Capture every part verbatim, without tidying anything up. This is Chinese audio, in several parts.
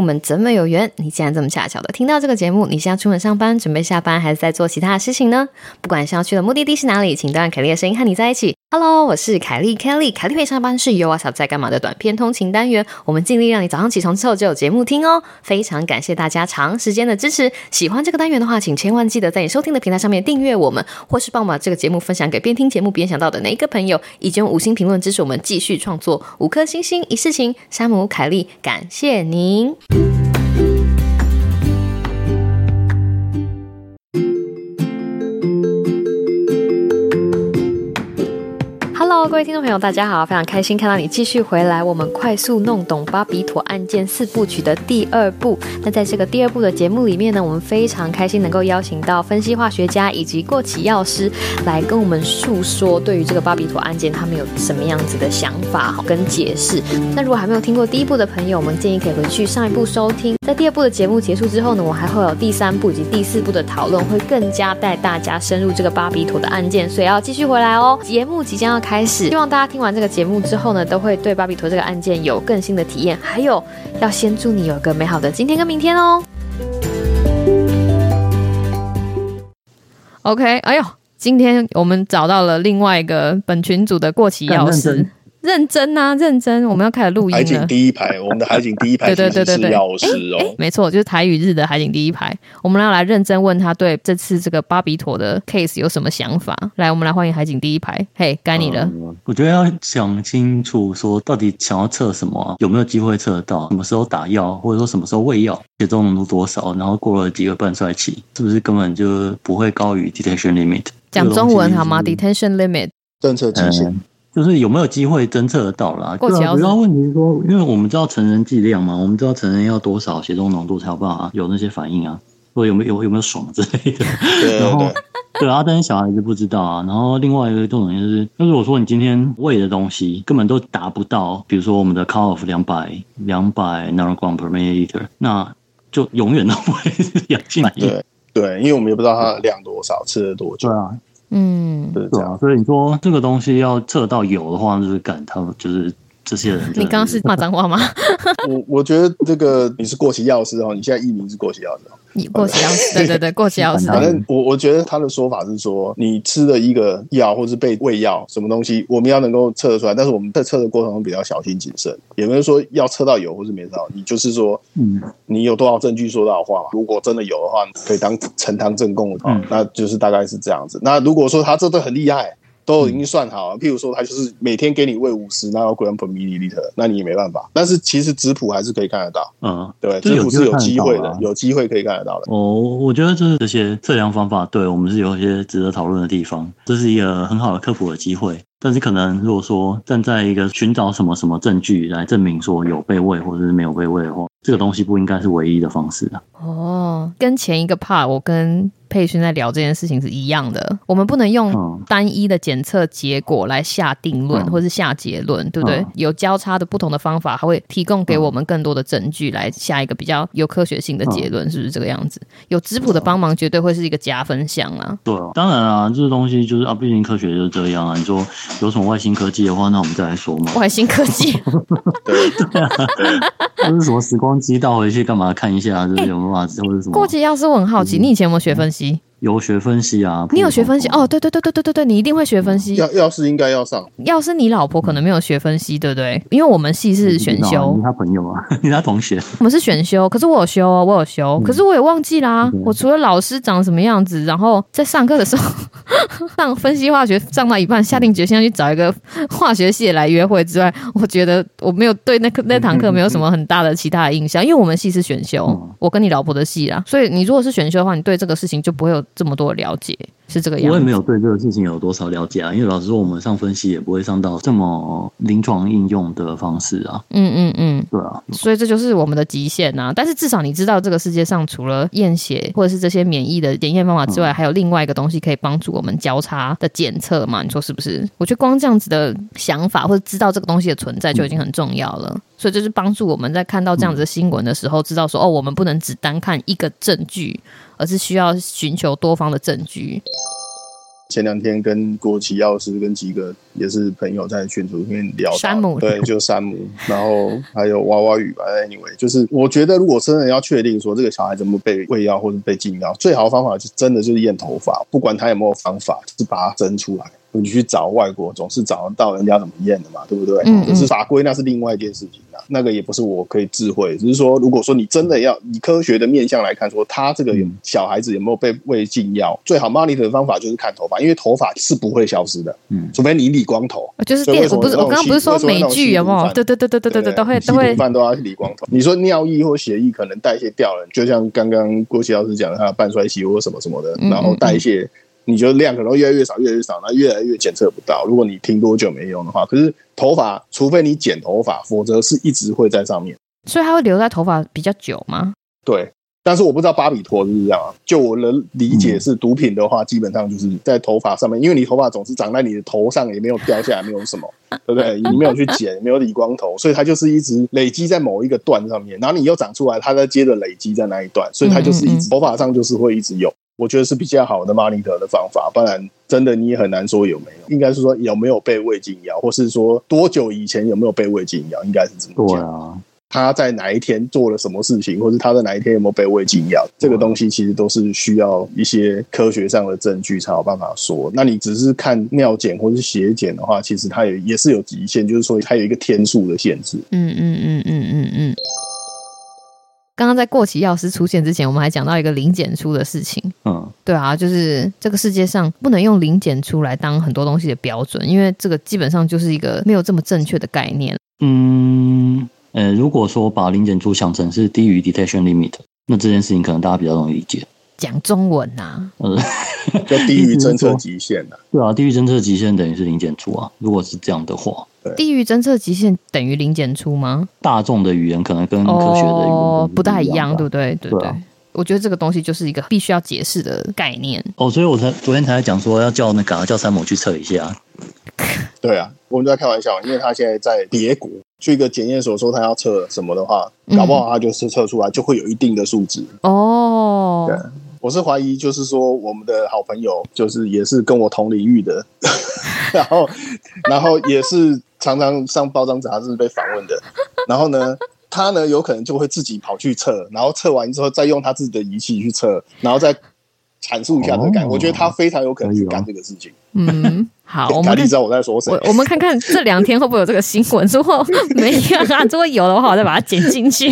们怎么有缘，你竟然这么恰巧的听到这个节目。你是要出门上班准备下班，还是在做其他的事情呢？不管是要去的目的地是哪里，请都让凯莉的声音和你在一起。 Hello， 我是凯莉 Kelly， 凯莉陪上班是 Yo What's Up 在干嘛的短篇通勤单元，我们尽力让你早上起床之后就有节目听哦。非常感谢大家长时间的支持，喜欢这个单元的话，请千万记得在你收听的平台上面订阅我们，或是帮我把这个节目分享给边听节目边想到的哪一个朋友，以及用五星评论支持我们继续创作。五颗星星一世情，山姆凯莉感谢您。Hello， 各位听众朋友，大家好，非常开心看到你继续回来。我们快速弄懂巴比妥案件四部曲的第二部。那在这个第二部的节目里面呢，我们非常开心能够邀请到分析化学家以及过期药师来跟我们述说对于这个巴比妥案件他们有什么样子的想法跟解释。那如果还没有听过第一部的朋友，我们建议可以回去上一部收听。在第二部的节目结束之后呢，我还会有第三部以及第四部的讨论，会更加带大家深入这个巴比妥的案件，所以要继续回来哦。节目即将要开始，希望大家听完这个节目之后呢，都会对巴比妥这个案件有更新的体验，还有要先祝你有个美好的今天跟明天哦。OK， 哎呦，今天我们找到了另外一个本群组的过期药师。认真啊，认真！我们要开始录音了。 海景第一排，我们的海景第一排其实是药师哦。 没错，就是台语日的海景第一排。我们要来认真问他对这次这个巴比妥的 case 有什么想法。来，我们来欢迎海景第一排。嘿，该你了、 嗯。我觉得要想清楚，说到底想要测什么、啊，有没有机会测得到？什么时候打药，或者说什么时候喂药，血中浓度多少？然后过了几个半衰期，是不是根本就不会高于 detection limit？ 讲中文好吗 ？detection limit 政策极限。嗯就是有没有机会侦测得到啦？对啊，主要问题是说，因为我们知道成人剂量嘛，我们知道成人要多少血中浓度才有办法有那些反应啊，或有没有有没有爽之类的。然后对啊，但是小孩子不知道啊。然后另外一个重点就是，那如果说你今天喂的东西根本都达不到，比如说我们的 cutoff 两百两百 nanogram per milliliter， 那就永远都不会是阳性反应。 对对，因为我们也不知道它量多少，吃了多久。 对啊。 嗯， 对啊，所以你说这个东西要测到有的话，就是干他们就是这些人。 你刚刚是骂脏话吗？ 我我觉得这个你是过期药师哦，你现在艺名是过期药师。 你过期药师，对对对，过期药师。 反正我我觉得他的说法是说，你吃了一个药或是被喂药什么东西，我们要能够测得出来，但是我们在测的过程中比较小心谨慎，也没有说要测到有或是没测到，你就是说，嗯，你有多少证据说到话嘛？如果真的有的话，可以当呈堂证供的、嗯，那就是大概是这样子。那如果说他这对很厉害。都已经算好了，譬如说他就是每天给你喂五十 nanogram per milliliter， 那你也没办法。但是其实质谱还是可以看得到，嗯，对，质谱是有机会的，有机会可以看得到的。 哦，我觉得这这些测量方法，对我们是有一些值得讨论的地方，这是一个很好的科普的机会。但是可能如果说站在一个寻找什么什么证据来证明说有被喂或者是没有被喂的话，这个东西不应该是唯一的方式啊。 哦，跟前一个 part 我跟佩勋在聊这件事情是一样的，我们不能用单一的检测结果来下定论、嗯、或是下结论，对不对、嗯、有交叉的不同的方法还会提供给我们更多的证据来下一个比较有科学性的结论、嗯、是不是这个样子？有质谱的帮忙绝对会是一个加分项啊。 对啊，当然啊，这个东西就是啊，毕竟科学就是这样啊。你说有什么外星科技的话，那我们再来说嘛。 外星科技对对啊，就是什么时光机倒回去干嘛看一下，就是有没有办法或者什么。 过期药师我很好奇、嗯、你以前有没有学分析？ 有学分析啊， 你有学分析哦？对对对对对对对，你一定会学分析。 要要是应该要上， 要是你老婆可能没有学分析，对不对？因为我们系是选修， 你他朋友啊，你他同学， 我们是选修，可是我有修哦，我有修，可是我也忘记啦、嗯。我除了老师长什么样子，然后在上课的时候上分析化学上到一半，下定决心要去找一个化学系来约会之外，我觉得我没有对那那堂课没有什么很大的其他的印象，因为我们系是选修，嗯、我跟你老婆的系啦，所以你如果是选修的话，你对这个事情就不会有这么多的了解，是这个样子。 我也没有对这个事情有多少了解啊，因为老实说，我们上分析也不会上到这么临床应用的方式啊。 嗯嗯嗯， 对啊， 所以这就是我们的极限啊。但是至少你知道，这个世界上除了验血或者是这些免疫的检验方法之外、嗯，还有另外一个东西可以帮助我们交叉的检测嘛？你说是不是？我觉得光这样子的想法或者知道这个东西的存在就已经很重要了。嗯，所以就是帮助我们在看到这样子的新闻的时候，知道说哦，我们不能只单看一个证据，而是需要寻求多方的证据。 前两天跟国旗药师跟几个也是朋友在群组里面聊到， 山姆， 对，就山姆，然后还有娃娃鱼吧。Anyway， 就是我觉得如果真的要确定说这个小孩子有没有被喂药或者被禁药，最好的方法就真的就是验头发，不管他有没有方法，就是把它蒸出来。你去找外国总是找得到人家怎么验的嘛，对不对？嗯嗯，可是法规那是另外一件事情啊，那个也不是我可以智慧，只是说如果说你真的要以科学的面向来看，说他这个小孩子有没有被喂禁药，最好 monitor 的方法就是看头发，因为头发是不会消失的，嗯，除非你理光头， 就是电，我不是我刚刚不是说美剧有没有？对对对对对对对，都会都会，吸毒犯都要理光头。你说尿液或血液可能代谢掉了，就像刚刚郭奇老师讲的，他的半衰期或什么什么的，然后代谢。嗯嗯，你觉得量可能越来越少越来越少，那越来越检测不到，如果你听多久没用的话，可是头发除非你剪头发，否则是一直会在上面， 所以它会留在头发比较久吗？ 对，但是我不知道巴比妥是不是这样啊，就我的理解是毒品的话基本上就是在头发上面，因为你头发总是长在你的头上，也没有掉下来，没有什么对不对？你没有去剪，没有理光头，所以它就是一直累积在某一个段上面，然后你又长出来，它再接着累积在那一段，所以它就是一直头发上就是会一直有，我觉得是比较好的 monitor 的方法，不然真的你也很难说有没有，应该是说有没有被喂禁药，或是说多久以前有没有被喂禁药，应该是这么讲。对啊，他在哪一天做了什么事情，或是他在哪一天有没有被喂禁药，这个东西其实都是需要一些科学上的证据才有办法说。那你只是看尿检或是血检的话，其实它也也是有极限，就是说它有一个天数的限制。 嗯嗯嗯嗯嗯嗯。刚刚在过期药师出现之前，我们还讲到一个零检出的事情。嗯，对啊，就是这个世界上不能用零检出来当很多东西的标准，因为这个基本上就是一个没有这么正确的概念。 嗯，呃，如果说把零检出想成是低于 detection limit， 那这件事情可能大家比较容易理解。 讲中文啊， 就低于侦测极限啊。 对啊，低于侦测极限等于是零检出啊。如果是这样的话， 低于侦测极限等于零检出吗？ 大众的语言可能跟科学的语言哦不太一样，对不对？对对。对啊，我觉得这个东西就是一个必须要解释的概念哦，所以我才昨天才讲说要叫那个叫山姆去测一下。 对啊，我们都在开玩笑，因为他现在在别国去一个检验所说他要测什么的话，搞不好他就是测出来就会有一定的数值哦。对，我是怀疑就是说我们的好朋友就是也是跟我同领域的，然后然后也是常常上报章杂志被访问的，然后呢。他呢，有可能就会自己跑去测，然后测完之后再用他自己的仪器去测，然后再阐述一下这个概念。哦，我觉得他非常有可能去干这个事情。 嗯，好， 我们知道我在说谁。 我, 我们看看这两天会不会有这个新闻？如果没有啊，如果有的话，我再把它剪进去。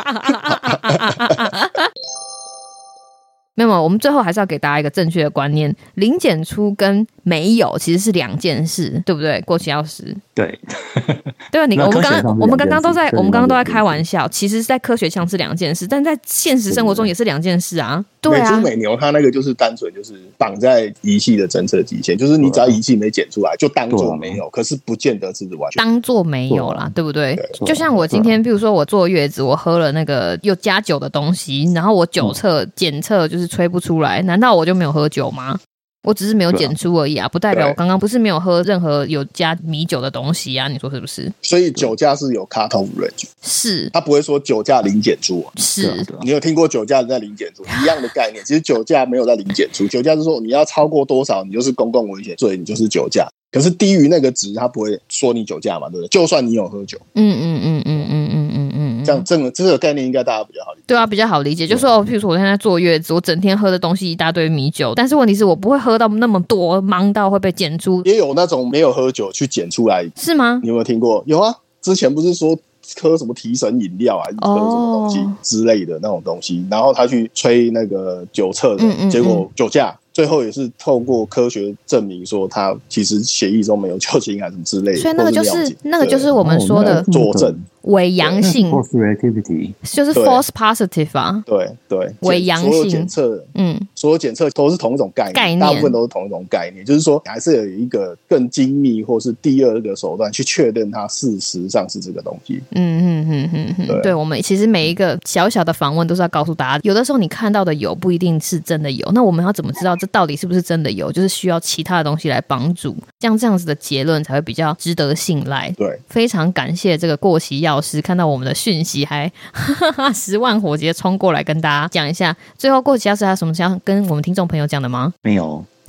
没有，我们最后还是要给大家一个正确的观念：零检出跟没有其实是两件事，对不对？过期药师， 对， 对啊，你我们刚刚我们刚刚都在我们刚刚都在开玩笑，其实在科学上是两件事，但在现实生活中也是两件事啊。对啊， 美猪美牛它那个就是单纯就是绑在仪器的侦测极限，就是你只要仪器没检出来，就当做没有，可是不见得是完全当做没有啦，对不对？就像我今天，比如说我坐月子，我喝了那个有加酒的东西，然后我酒测检测就是吹不出来，难道我就没有喝酒吗？我只是没有检出而已啊，不代表我刚刚不是没有喝任何有加米酒的东西啊，你说是不是？ 所以酒驾是有 cut off range， 是他不会说酒驾零检出， 是你有听过酒驾在零检出一样的概念？其实酒驾没有在零检出，酒驾是说你要超过多少，你就是公共危险罪，你就是酒驾。可是低于那个值，他不会说你酒驾嘛，对不对？就算你有喝酒，嗯嗯嗯嗯嗯嗯嗯嗯，这样这个这个概念应该大家比较好理解。 对啊，比较好理解。就说，譬如说我现在坐月子，我整天喝的东西一大堆米酒，但是问题是我不会喝到那么多，忙到会被检出。 也有那种没有喝酒去检出来， 是吗？ 你有没有听过？有啊，之前不是说喝什么提神饮料啊，喝什么东西之类的那种东西，然后他去吹那个酒测的，嗯嗯嗯，结果酒驾。最后也是透过科学证明说他其实血液中没有酒精还是什么之类的， 所以那个就是那个就是我们说的佐证伪阳性，就是 false positive 啊， 对对， 伪阳性。 所有检测，嗯，所有检测都是同一种概念，概念大部分都是同一种概念，就是说还是有一个更精密或是第二个手段去确认它事实上是这个东西。 嗯嗯嗯嗯嗯，对，我们其实每一个小小的访问都是要告诉大家，有的时候你看到的有不一定是真的有，那我们要怎么知道这到底是不是真的有？就是需要其他的东西来帮助，像这样子的结论才会比较值得信赖。 对， 非常感谢这个过期药师看到我们的讯息还十万火急冲过来跟大家讲一下。最后过期药师还有什么想跟我们听众朋友讲的吗？ 没有。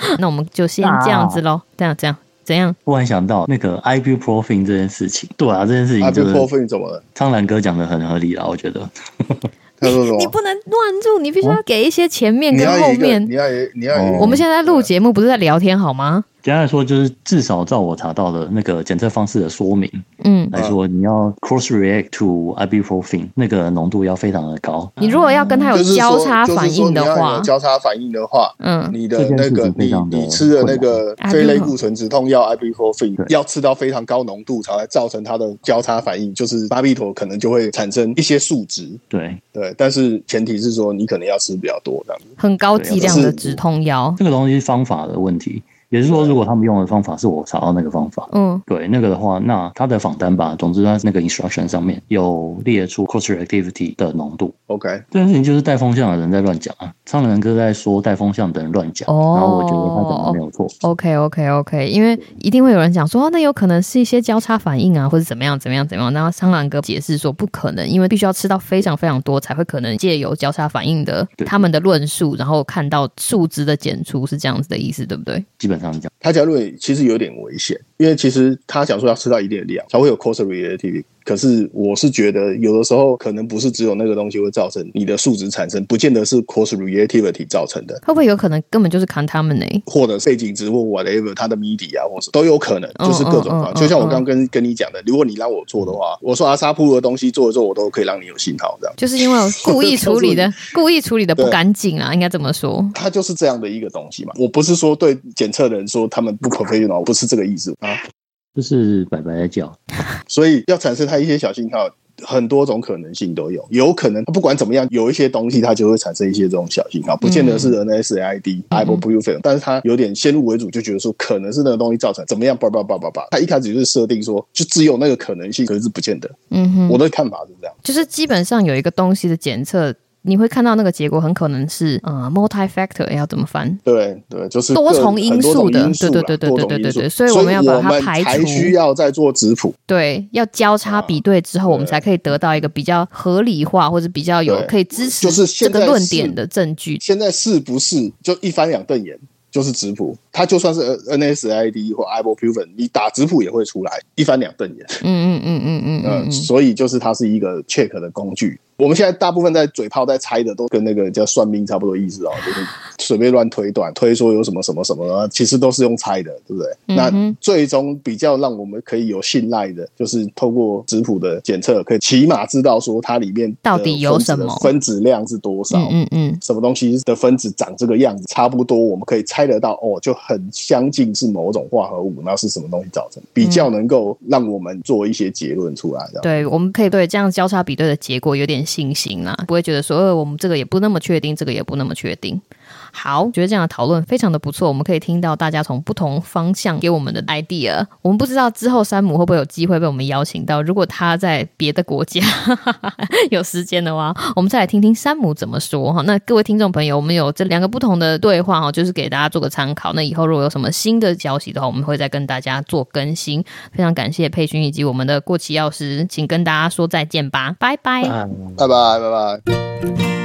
那我们就先这样子咯，这样这样怎样？ 忽然想到那个 ibuprofen 这件事情，对啊，这件事情 ibuprofen 怎么了？ 苍兰哥讲的很合理啦，我觉得。 他说什么？ 你不能乱入，你必须要给一些前面跟后面。 你要你要， 我们现在录节目不是在聊天好吗？ 简单来说，就是至少照我查到的那个检测方式的说明，嗯，来说你要 cross react to ibuprofen 那个浓度要非常的高。 你如果要跟它有交叉反应的话， 就是、有交叉反应的话，嗯，你的那个你你吃的那个非类固醇止痛药 ibuprofen 要吃到非常高浓度才会造成它的交叉反应，就是巴比妥可能就会产生一些数值。 对对，但是前提是说你可能要吃比较多这样子， 很高剂量的止痛药。 这个东西是方法的问题。也就是说，如果他们用的方法是我查到那个方法，嗯，对，那个的话，那他的访单吧，总之他那个 instruction 上面有列出 cross reactivity 的浓度。 OK， 这件事情就是带风向的人在乱讲啊，苍兰哥在说带风向的人乱讲，哦，然后我觉得他讲的没有错。 OK OK OK， 因为一定会有人讲说，哦，那有可能是一些交叉反应啊，或者怎么样怎么样怎么样。然后苍兰哥解释说不可能，因为必须要吃到非常非常多才会可能借由交叉反应的他们的论述，然后看到数值的检出，是这样子的意思，对不对？ 基本上是这样。 他讲论其实有点危险，因为其实他讲说要吃到一定的量才会有 cross reactivity。可是我是觉得有的时候可能不是只有那个东西会造成你的数值产生，不见得是 cross reactivity 造成的， 会不会有可能根本就是 contaminate 或者背景值或 whatever 它的 media 或是都有可能，就是各种方法。就像我刚刚跟跟你讲的，如果你让我做的话，我说阿萨布的东西做一做，我都可以让你有信号，这样就是因为我故意处理的故意处理的不干净啊，应该这么说。 它就是这样的一个东西嘛。我不是说对检测的人说他们不 professional， 不是这个意思啊。 就是白白在叫， 所以要产生它一些小信号，很多种可能性都有。有可能不管怎么样，有一些东西它就会产生一些这种小信号，不见得是 N S A I D、ibuprofen， 但是它有点先入为主，就觉得说可能是那个东西造成怎么样，叭叭叭叭叭。它一开始就是设定说，就只有那个可能性，可是不见得。嗯哼，我的看法是这样， 就是基本上有一个东西的检测。你会看到那个结果很可能是呃 multi-factor 要怎么翻？ 对对，就是多重因素的，对对对对对对对对，所以我们要把它排除， 才需要再做质谱。 对，要交叉比对之后，我们才可以得到一个比较合理化或者比较有可以支持这个论点的证据。 现在是不是就一翻两瞪眼？就是质谱，它就算是 N S A I D 或 ibuprofen， 你打质谱也会出来，一翻两瞪眼。嗯嗯嗯嗯嗯嗯，所以就是它是一个 check 的工具。我们现在大部分在嘴炮在猜的，都跟那个叫算命差不多意思哦，就是随便乱推断，推说有什么什么什么，其实都是用猜的，对不对？嗯、那最终比较让我们可以有信赖的，就是透过质谱的检测，可以起码知道说它里面到底有什么分子量是多少，嗯嗯，什么东西的分子长这个样子，差不多我们可以猜得到，哦，就很相近是某种化合物，那是什么东西造成，比较能够让我们做一些结论出来。 对，我们可以对这样交叉比对的结果有点信心啦，不会觉得说，呃，我们这个也不那么确定，这个也不那么确定。好，觉得这样的讨论非常的不错，我们可以听到大家从不同方向给我们的 idea。我们不知道之后山姆会不会有机会被我们邀请到，如果他在别的国家有时间的话，我们再来听听山姆怎么说。那各位听众朋友，我们有这两个不同的对话，就是给大家做个参考。那以后如果有什么新的消息的话，我们会再跟大家做更新。非常感谢佩勋以及我们的过期药师，请跟大家说再见吧，拜拜， 拜拜拜拜。